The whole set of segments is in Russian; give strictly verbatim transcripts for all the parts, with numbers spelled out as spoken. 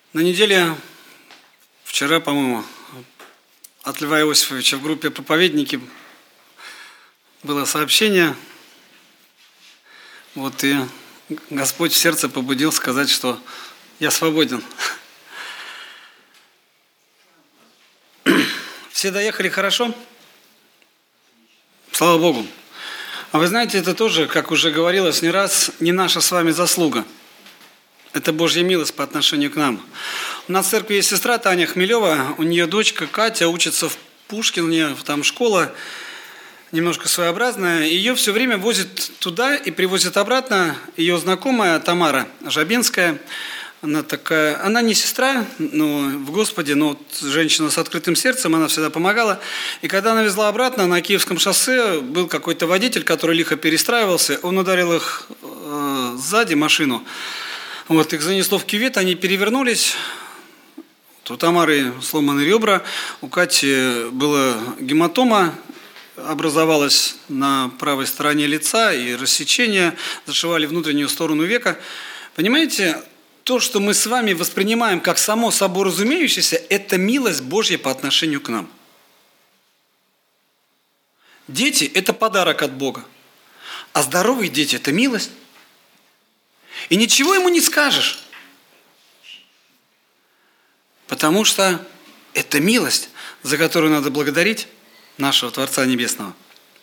На неделе, вчера, по-моему, от Льва Иосифовича в группе «Проповедники» было сообщение. Вот и Господь в сердце побудил сказать, что я свободен. Все доехали хорошо? Слава Богу. А вы знаете, это тоже, как уже говорилось не раз, не наша с вами заслуга. Это Божья милость по отношению к нам. У нас в церкви есть сестра Таня Хмелева, у нее дочка Катя учится в Пушкине, там школа немножко своеобразная. Ее все время возят туда и привозят обратно ее знакомая Тамара Жабинская. Она такая, она не сестра, но в Господе, но вот женщина с открытым сердцем, она всегда помогала. И когда она везла обратно, на Киевском шоссе был какой-то водитель, который лихо перестраивался, он ударил их э, сзади машину. Вот, их занесло в кювет, они перевернулись. У Тамары сломаны ребра, у Кати была гематома, образовалась на правой стороне лица и рассечение, зашивали внутреннюю сторону века. Понимаете, то, что мы с вами воспринимаем как само собой разумеющееся, это милость Божья по отношению к нам. Дети – это подарок от Бога, а здоровые дети – это милость. И ничего ему не скажешь, потому что это милость, за которую надо благодарить нашего Творца Небесного.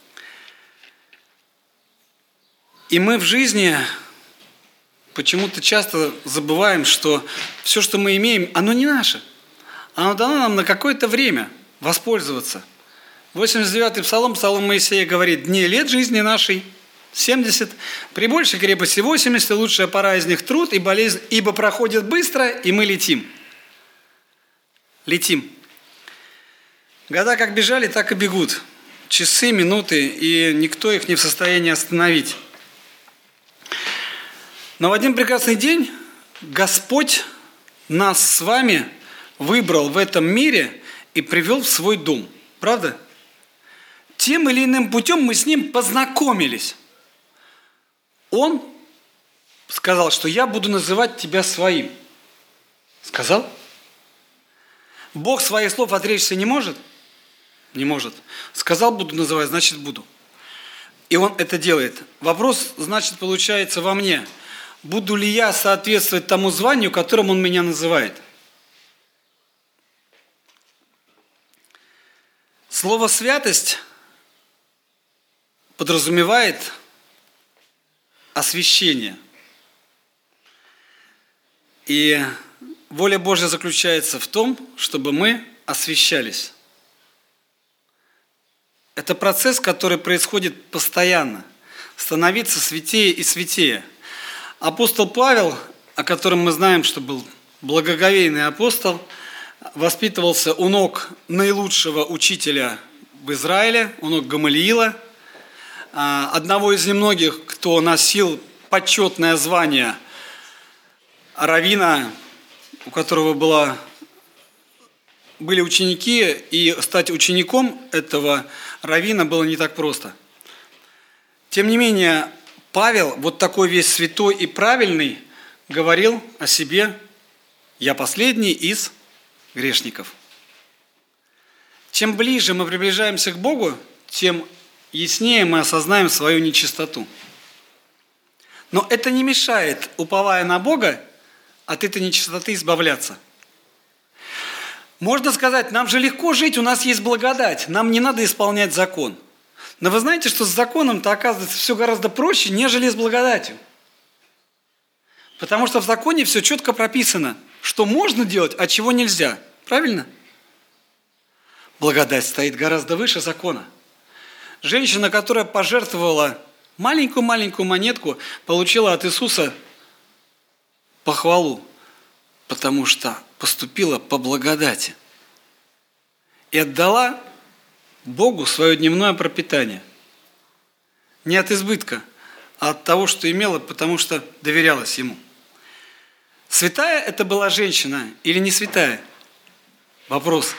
И мы в жизни почему-то часто забываем, что все, что мы имеем, оно не наше. Оно дано нам на какое-то время воспользоваться. восемьдесят девятый Псалом, Псалом Моисея говорит: «Дни лет жизни нашей семьдесят, при большей крепости восемьдесят, лучшая пора из них труд и болезнь, ибо проходит быстро, и мы летим». Летим. Года как бежали, так и бегут. Часы, минуты, и никто их не в состоянии остановить. Но в один прекрасный день Господь нас с вами выбрал в этом мире и привел в свой дом. Правда? Тем или иным путем мы с Ним познакомились. Он сказал, что я буду называть тебя своим. Сказал? Бог своих слов отречься не может? Не может. Сказал, буду называть, значит буду. И Он это делает. Вопрос, значит, получается во мне. Буду ли я соответствовать тому званию, которым Он меня называет? Слово «святость» подразумевает освящение. И воля Божья заключается в том, чтобы мы освящались. Это процесс, который происходит постоянно. Становиться святее и святее. Апостол Павел, о котором мы знаем, что был благоговейный апостол, воспитывался у ног наилучшего учителя в Израиле, у ног Гамалиила, одного из немногих, кто носил почетное звание раввина, у которого была, были ученики, и стать учеником этого раввина было не так просто. Тем не менее, Павел, вот такой весь святой и правильный, говорил о себе: «Я последний из грешников». Чем ближе мы приближаемся к Богу, тем яснее мы осознаем свою нечистоту. Но это не мешает, уповая на Бога, от этой нечистоты избавляться. Можно сказать, нам же легко жить, у нас есть благодать, нам не надо исполнять закон. Но вы знаете, что с законом-то оказывается все гораздо проще, нежели с благодатью. Потому что в законе все четко прописано, что можно делать, а чего нельзя. Правильно? Благодать стоит гораздо выше закона. Женщина, которая пожертвовала маленькую-маленькую монетку, получила от Иисуса похвалу, потому что поступила по благодати и отдала Богу свое дневное пропитание. Не от избытка, а от того, что имела, потому что доверялась Ему. Святая это была женщина или не святая? Вопрос.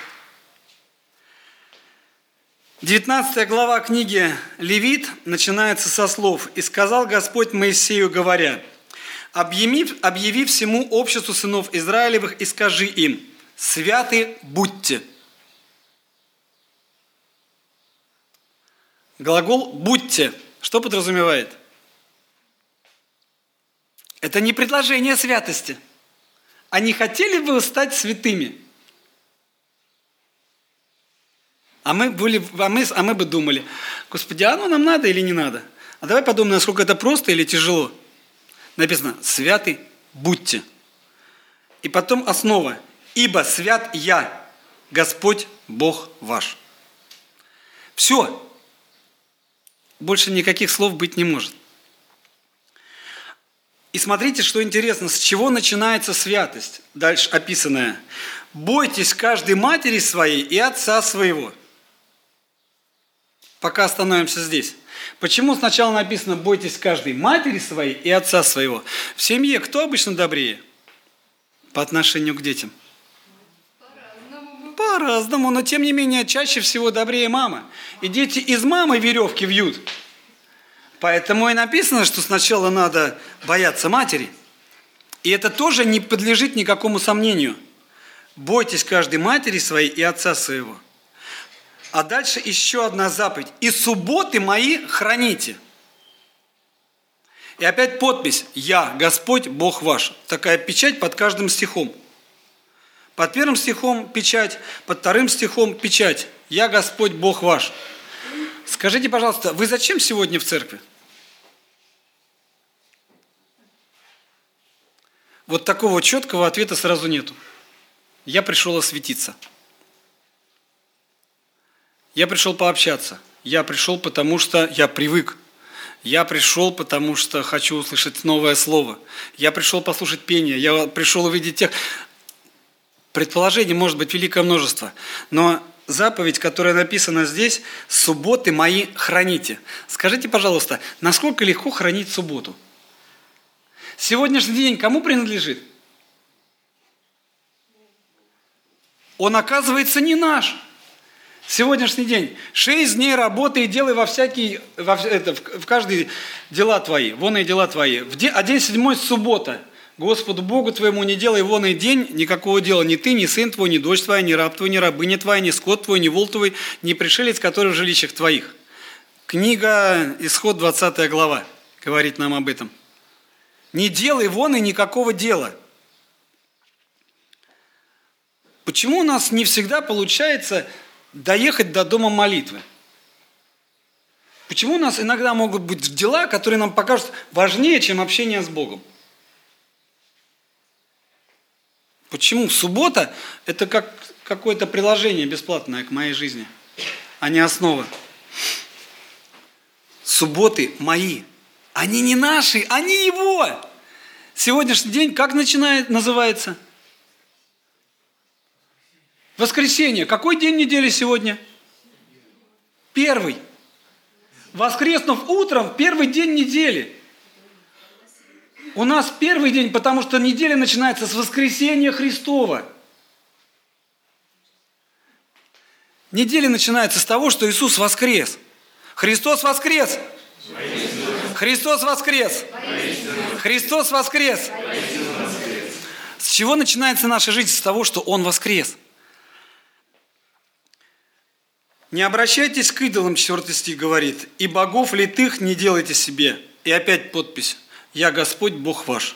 девятнадцатая глава книги Левит начинается со слов: «И сказал Господь Моисею, говоря: объяви, объяви всему обществу сынов Израилевых и скажи им: святы будьте. Глагол «будьте» что подразумевает? Это не предложение святости. А не хотели бы вы стать святыми? А мы, были, а, мы, а мы бы думали: Господи, а оно нам надо или не надо? А давай подумаем, насколько это просто или тяжело. Написано: святы будьте. И потом основа: ибо свят я, Господь Бог ваш. Все. Больше никаких слов быть не может. И смотрите, что интересно, с чего начинается святость, дальше описанная. Бойтесь каждой матери своей и отца своего. Пока остановимся здесь. Почему сначала написано «бойтесь каждой матери своей и отца своего»? В семье кто обычно добрее по отношению к детям? По-разному. По-разному, но тем не менее чаще всего добрее мама. И дети из мамы веревки вьют. Поэтому и написано, что сначала надо бояться матери. И это тоже не подлежит никакому сомнению. Бойтесь каждой матери своей и отца своего. А дальше еще одна заповедь. И субботы мои храните. И опять подпись: «Я, Господь, Бог ваш». Такая печать под каждым стихом. Под первым стихом печать, под вторым стихом печать: «Я, Господь, Бог ваш». Скажите, пожалуйста, вы зачем сегодня в церкви? Вот такого четкого ответа сразу нету. Я пришел осветиться. Я пришел пообщаться. Я пришел, потому что я привык. Я пришел, потому что хочу услышать новое слово. Я пришел послушать пение. Я пришел увидеть тех... Предположений может быть великое множество. Но заповедь, которая написана здесь: «Субботы мои храните». Скажите, пожалуйста, насколько легко хранить субботу? Сегодняшний день кому принадлежит? Он, оказывается, не наш. Сегодняшний день. Шесть дней работы и делай во всякие, во, это, в, в каждые дела твои, вон и дела твои. В день, а день седьмой суббота. Господу Богу твоему не делай вон и день никакого дела. Ни ты, ни сын твой, ни дочь твоя, ни раб твой, ни рабыня твоя, ни скот твой, ни вол твой, ни пришелец, который в жилищах твоих. Книга Исход, двадцатая глава, говорит нам об этом. Не делай вон и никакого дела. Почему у нас не всегда получается доехать до дома молитвы? Почему у нас иногда могут быть дела, которые нам покажутся важнее, чем общение с Богом? Почему? Суббота – это как какое-то приложение бесплатное к моей жизни, а не основа. Субботы мои. Они не наши, они его. Сегодняшний день как начинает, называется? Воскресенье. Какой день недели сегодня? Первый. Воскреснув утром, первый день недели. У нас первый день, потому что неделя начинается с воскресения Христова. Неделя начинается с того, что Иисус воскрес. Христос воскрес. Христос воскрес. Христос воскрес. С чего начинается наша жизнь? С того, что Он воскрес. Не обращайтесь к идолам, четвёртый стих говорит, и богов литых не делайте себе. И опять подпись: «Я Господь, Бог ваш».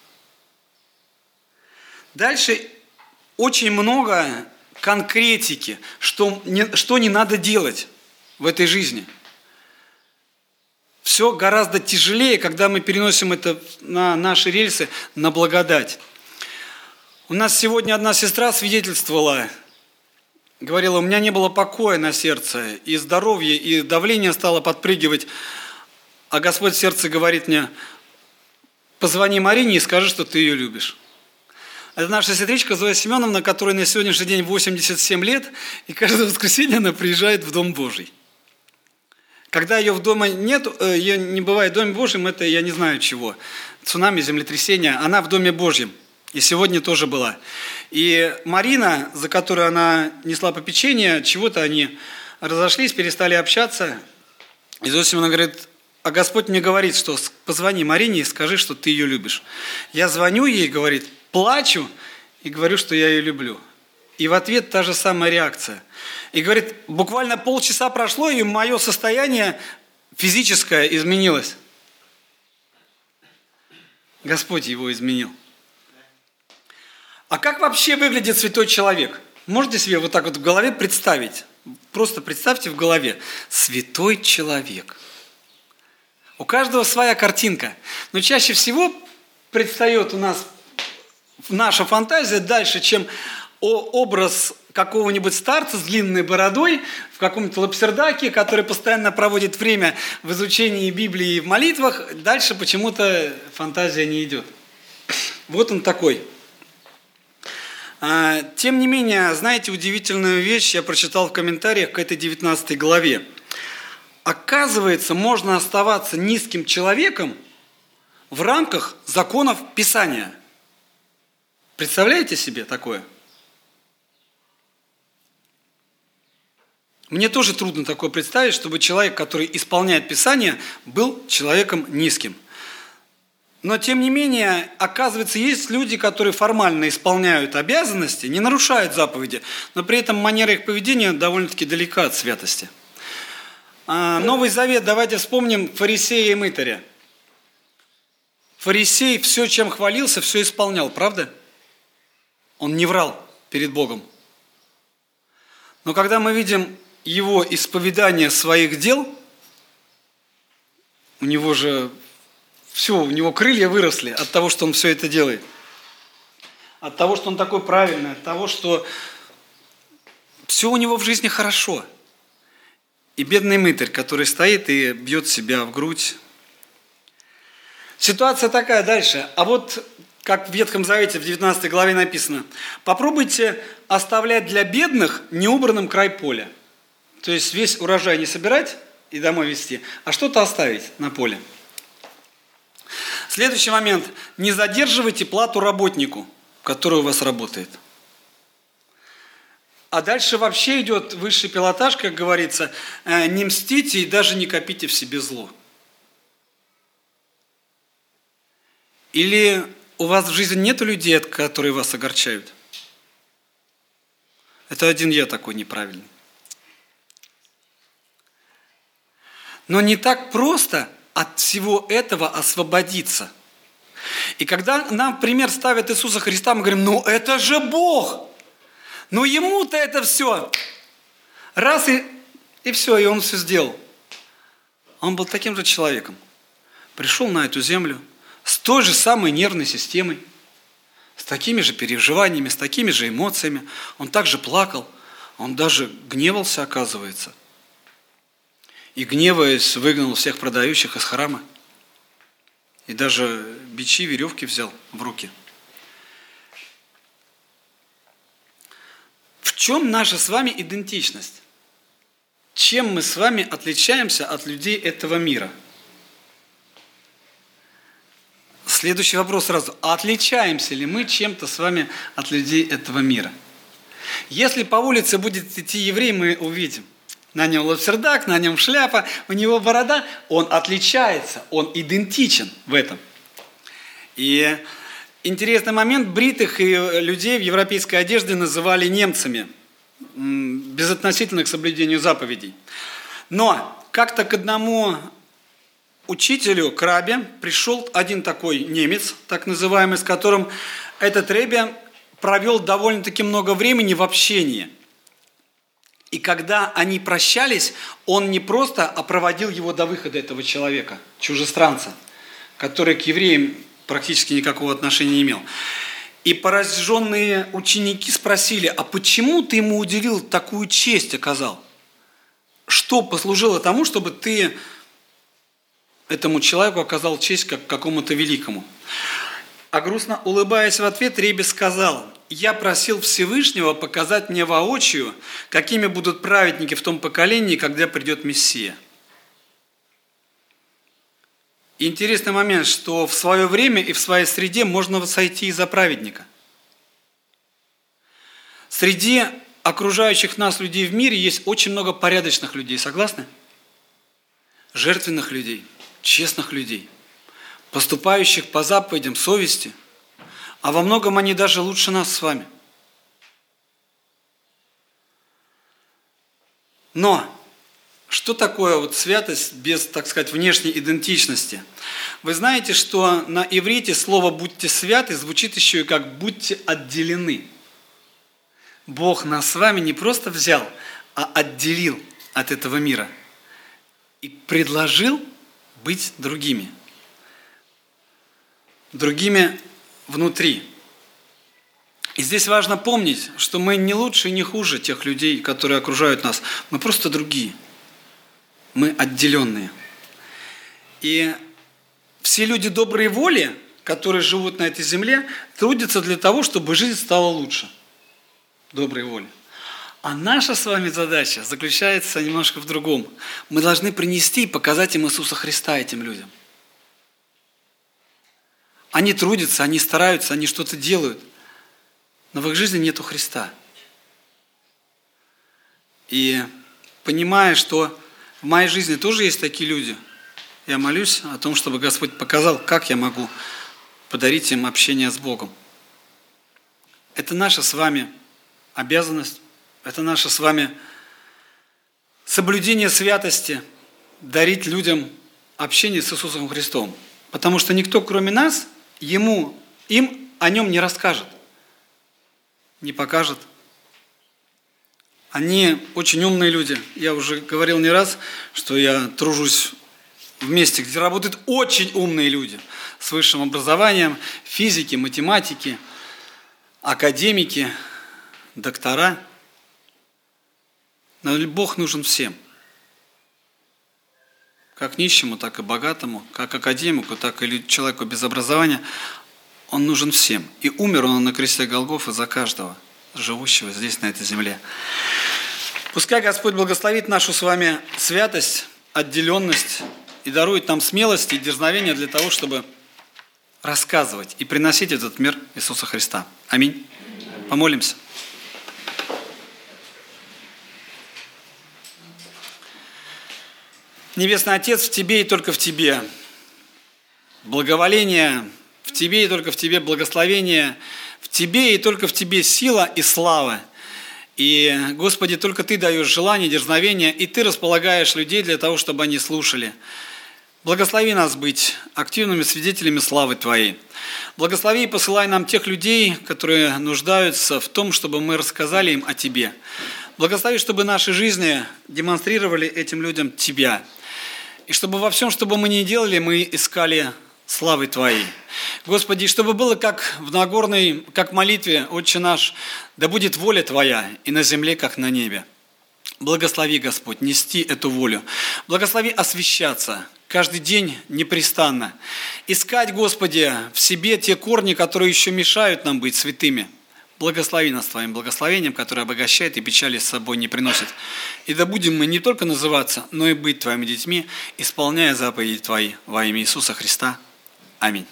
Дальше очень много конкретики, что не, что не надо делать в этой жизни. Все гораздо тяжелее, когда мы переносим это на наши рельсы, на благодать. У нас сегодня одна сестра свидетельствовала, говорила: у меня не было покоя на сердце, и здоровье, и давление стало подпрыгивать. А Господь в сердце говорит мне: позвони Марине и скажи, что ты ее любишь. Это наша сестричка Зоя Семеновна, которой на сегодняшний день восемьдесят семь лет, и каждое воскресенье она приезжает в Дом Божий. Когда ее в доме нет, ее не бывает в Доме Божьем, это я не знаю чего. Цунами, землетрясение, она в Доме Божьем. И сегодня тоже была. И Марина, за которую она несла попечение, чего-то они разошлись, перестали общаться. И Зоя Семеновна говорит: а Господь мне говорит, что позвони Марине и скажи, что ты ее любишь. Я звоню ей, говорит, плачу и говорю, что я ее люблю. И в ответ та же самая реакция. И говорит, буквально полчаса прошло, и мое состояние физическое изменилось. Господь его изменил. А как вообще выглядит святой человек? Можете себе вот так вот в голове представить? Просто представьте в голове. Святой человек. У каждого своя картинка. Но чаще всего предстает у нас наша фантазия дальше, чем образ какого-нибудь старца с длинной бородой в каком-то лапсердаке, который постоянно проводит время в изучении Библии и в молитвах. Дальше почему-то фантазия не идет. Вот он такой. Тем не менее, знаете, удивительную вещь я прочитал в комментариях к этой девятнадцатой главе. Оказывается, можно оставаться низким человеком в рамках законов Писания. Представляете себе такое? Мне тоже трудно такое представить, чтобы человек, который исполняет Писание, был человеком низким. Но, тем не менее, оказывается, есть люди, которые формально исполняют обязанности, не нарушают заповеди, но при этом манера их поведения довольно-таки далека от святости. Новый Завет, давайте вспомним фарисея и мытаря. Фарисей все, чем хвалился, все исполнял, правда? Он не врал перед Богом. Но когда мы видим его исповедание своих дел, у него же все, у него крылья выросли от того, что он все это делает. От того, что он такой правильный, от того, что все у него в жизни хорошо. И бедный мытарь, который стоит и бьет себя в грудь. Ситуация такая дальше. А вот как в Ветхом Завете в девятнадцатой главе написано, попробуйте оставлять для бедных неубранным край поля. То есть весь урожай не собирать и домой везти, а что-то оставить на поле. Следующий момент. Не задерживайте плату работнику, который у вас работает. А дальше вообще идет высший пилотаж, как говорится, не мстите и даже не копите в себе зло. Или у вас в жизни нет людей, которые вас огорчают? Это один я такой неправильный. Но не так просто от всего этого освободиться. И когда нам в пример ставят Иисуса Христа, мы говорим, ну это же Бог! Ну ему-то это все. Раз и, и все, и он все сделал. Он был таким же человеком. Пришел на эту землю с той же самой нервной системой, с такими же переживаниями, с такими же эмоциями. Он также плакал, он даже гневался, оказывается. И гневаясь, выгнал всех продающих из храма. И даже бичи, веревки взял в руки. В чем наша с вами идентичность? Чем мы с вами отличаемся от людей этого мира? Следующий вопрос сразу. А отличаемся ли мы чем-то с вами от людей этого мира? Если по улице будет идти еврей, мы увидим. На нем лапсердак, на нем шляпа, у него борода. Он отличается, он идентичен в этом. И интересный момент. Бритых и людей в европейской одежде называли немцами, безотносительно к соблюдению заповедей. Но как-то к одному учителю, к рабе, пришел один такой немец, так называемый, с которым этот ребе провел довольно-таки много времени в общении. И когда они прощались, он не просто, а проводил его до выхода этого человека, чужестранца, который к евреям практически никакого отношения не имел. И пораженные ученики спросили, а почему ты ему уделил такую честь, оказал? Что послужило тому, чтобы ты этому человеку оказал честь как какому-то великому? А грустно улыбаясь в ответ, Ребе сказал, я просил Всевышнего показать мне воочию, какими будут праведники в том поколении, когда придет Мессия. И интересный момент, что в свое время и в своей среде можно сойти и за праведника. Среди окружающих нас людей в мире есть очень много порядочных людей, согласны? Жертвенных людей, честных людей, поступающих по заповедям совести, а во многом они даже лучше нас с вами. Но что такое вот святость без, так сказать, внешней идентичности? Вы знаете, что на иврите слово «будьте святы» звучит еще и как «будьте отделены». Бог нас с вами не просто взял, а отделил от этого мира и предложил быть другими. Другими внутри. И здесь важно помнить, что мы не лучше и не хуже тех людей, которые окружают нас. Мы просто другие. Мы отделенные. И все люди доброй воли, которые живут на этой земле, трудятся для того, чтобы жизнь стала лучше. Доброй воли. А наша с вами задача заключается немножко в другом. Мы должны принести и показать им Иисуса Христа этим людям. Они трудятся, они стараются, они что-то делают, но в их жизни нету Христа. И понимая, что в моей жизни тоже есть такие люди, я молюсь о том, чтобы Господь показал, как я могу подарить им общение с Богом. Это наша с вами обязанность, это наше с вами соблюдение святости, дарить людям общение с Иисусом Христом. Потому что никто, кроме нас, ему, им о нем не расскажет, не покажет. Они очень умные люди. Я уже говорил не раз, что я тружусь в месте, где работают очень умные люди с высшим образованием, физики, математики, академики, доктора. Но Бог нужен всем. Как нищему, так и богатому, как академику, так и человеку без образования. Он нужен всем. И умер он на кресте Голгофы за каждого, живущего здесь, на этой земле. Пускай Господь благословит нашу с вами святость, отделенность и дарует нам смелость и дерзновение для того, чтобы рассказывать и приносить в этот мир Иисуса Христа. Аминь. Помолимся. Небесный Отец, в Тебе и только в Тебе благоволение, в Тебе и только в Тебе благословение, в Тебе и только в Тебе сила и слава. И, Господи, только Ты даешь желание, дерзновение, и Ты располагаешь людей для того, чтобы они слушали. Благослови нас быть активными свидетелями славы Твоей. Благослови и посылай нам тех людей, которые нуждаются в том, чтобы мы рассказали им о Тебе. Благослови, чтобы наши жизни демонстрировали этим людям Тебя. И чтобы во всем, что бы мы ни делали, мы искали славы Твоей. Господи, чтобы было как в Нагорной, как в молитве, Отче наш, да будет воля Твоя и на земле, как на небе. Благослови, Господь, нести эту волю. Благослови освящаться каждый день непрестанно. Искать, Господи, в себе те корни, которые еще мешают нам быть святыми. Благослови нас Твоим благословением, которое обогащает и печали с собой не приносит. И да будем мы не только называться, но и быть Твоими детьми, исполняя заповеди Твои во имя Иисуса Христа. Аминь.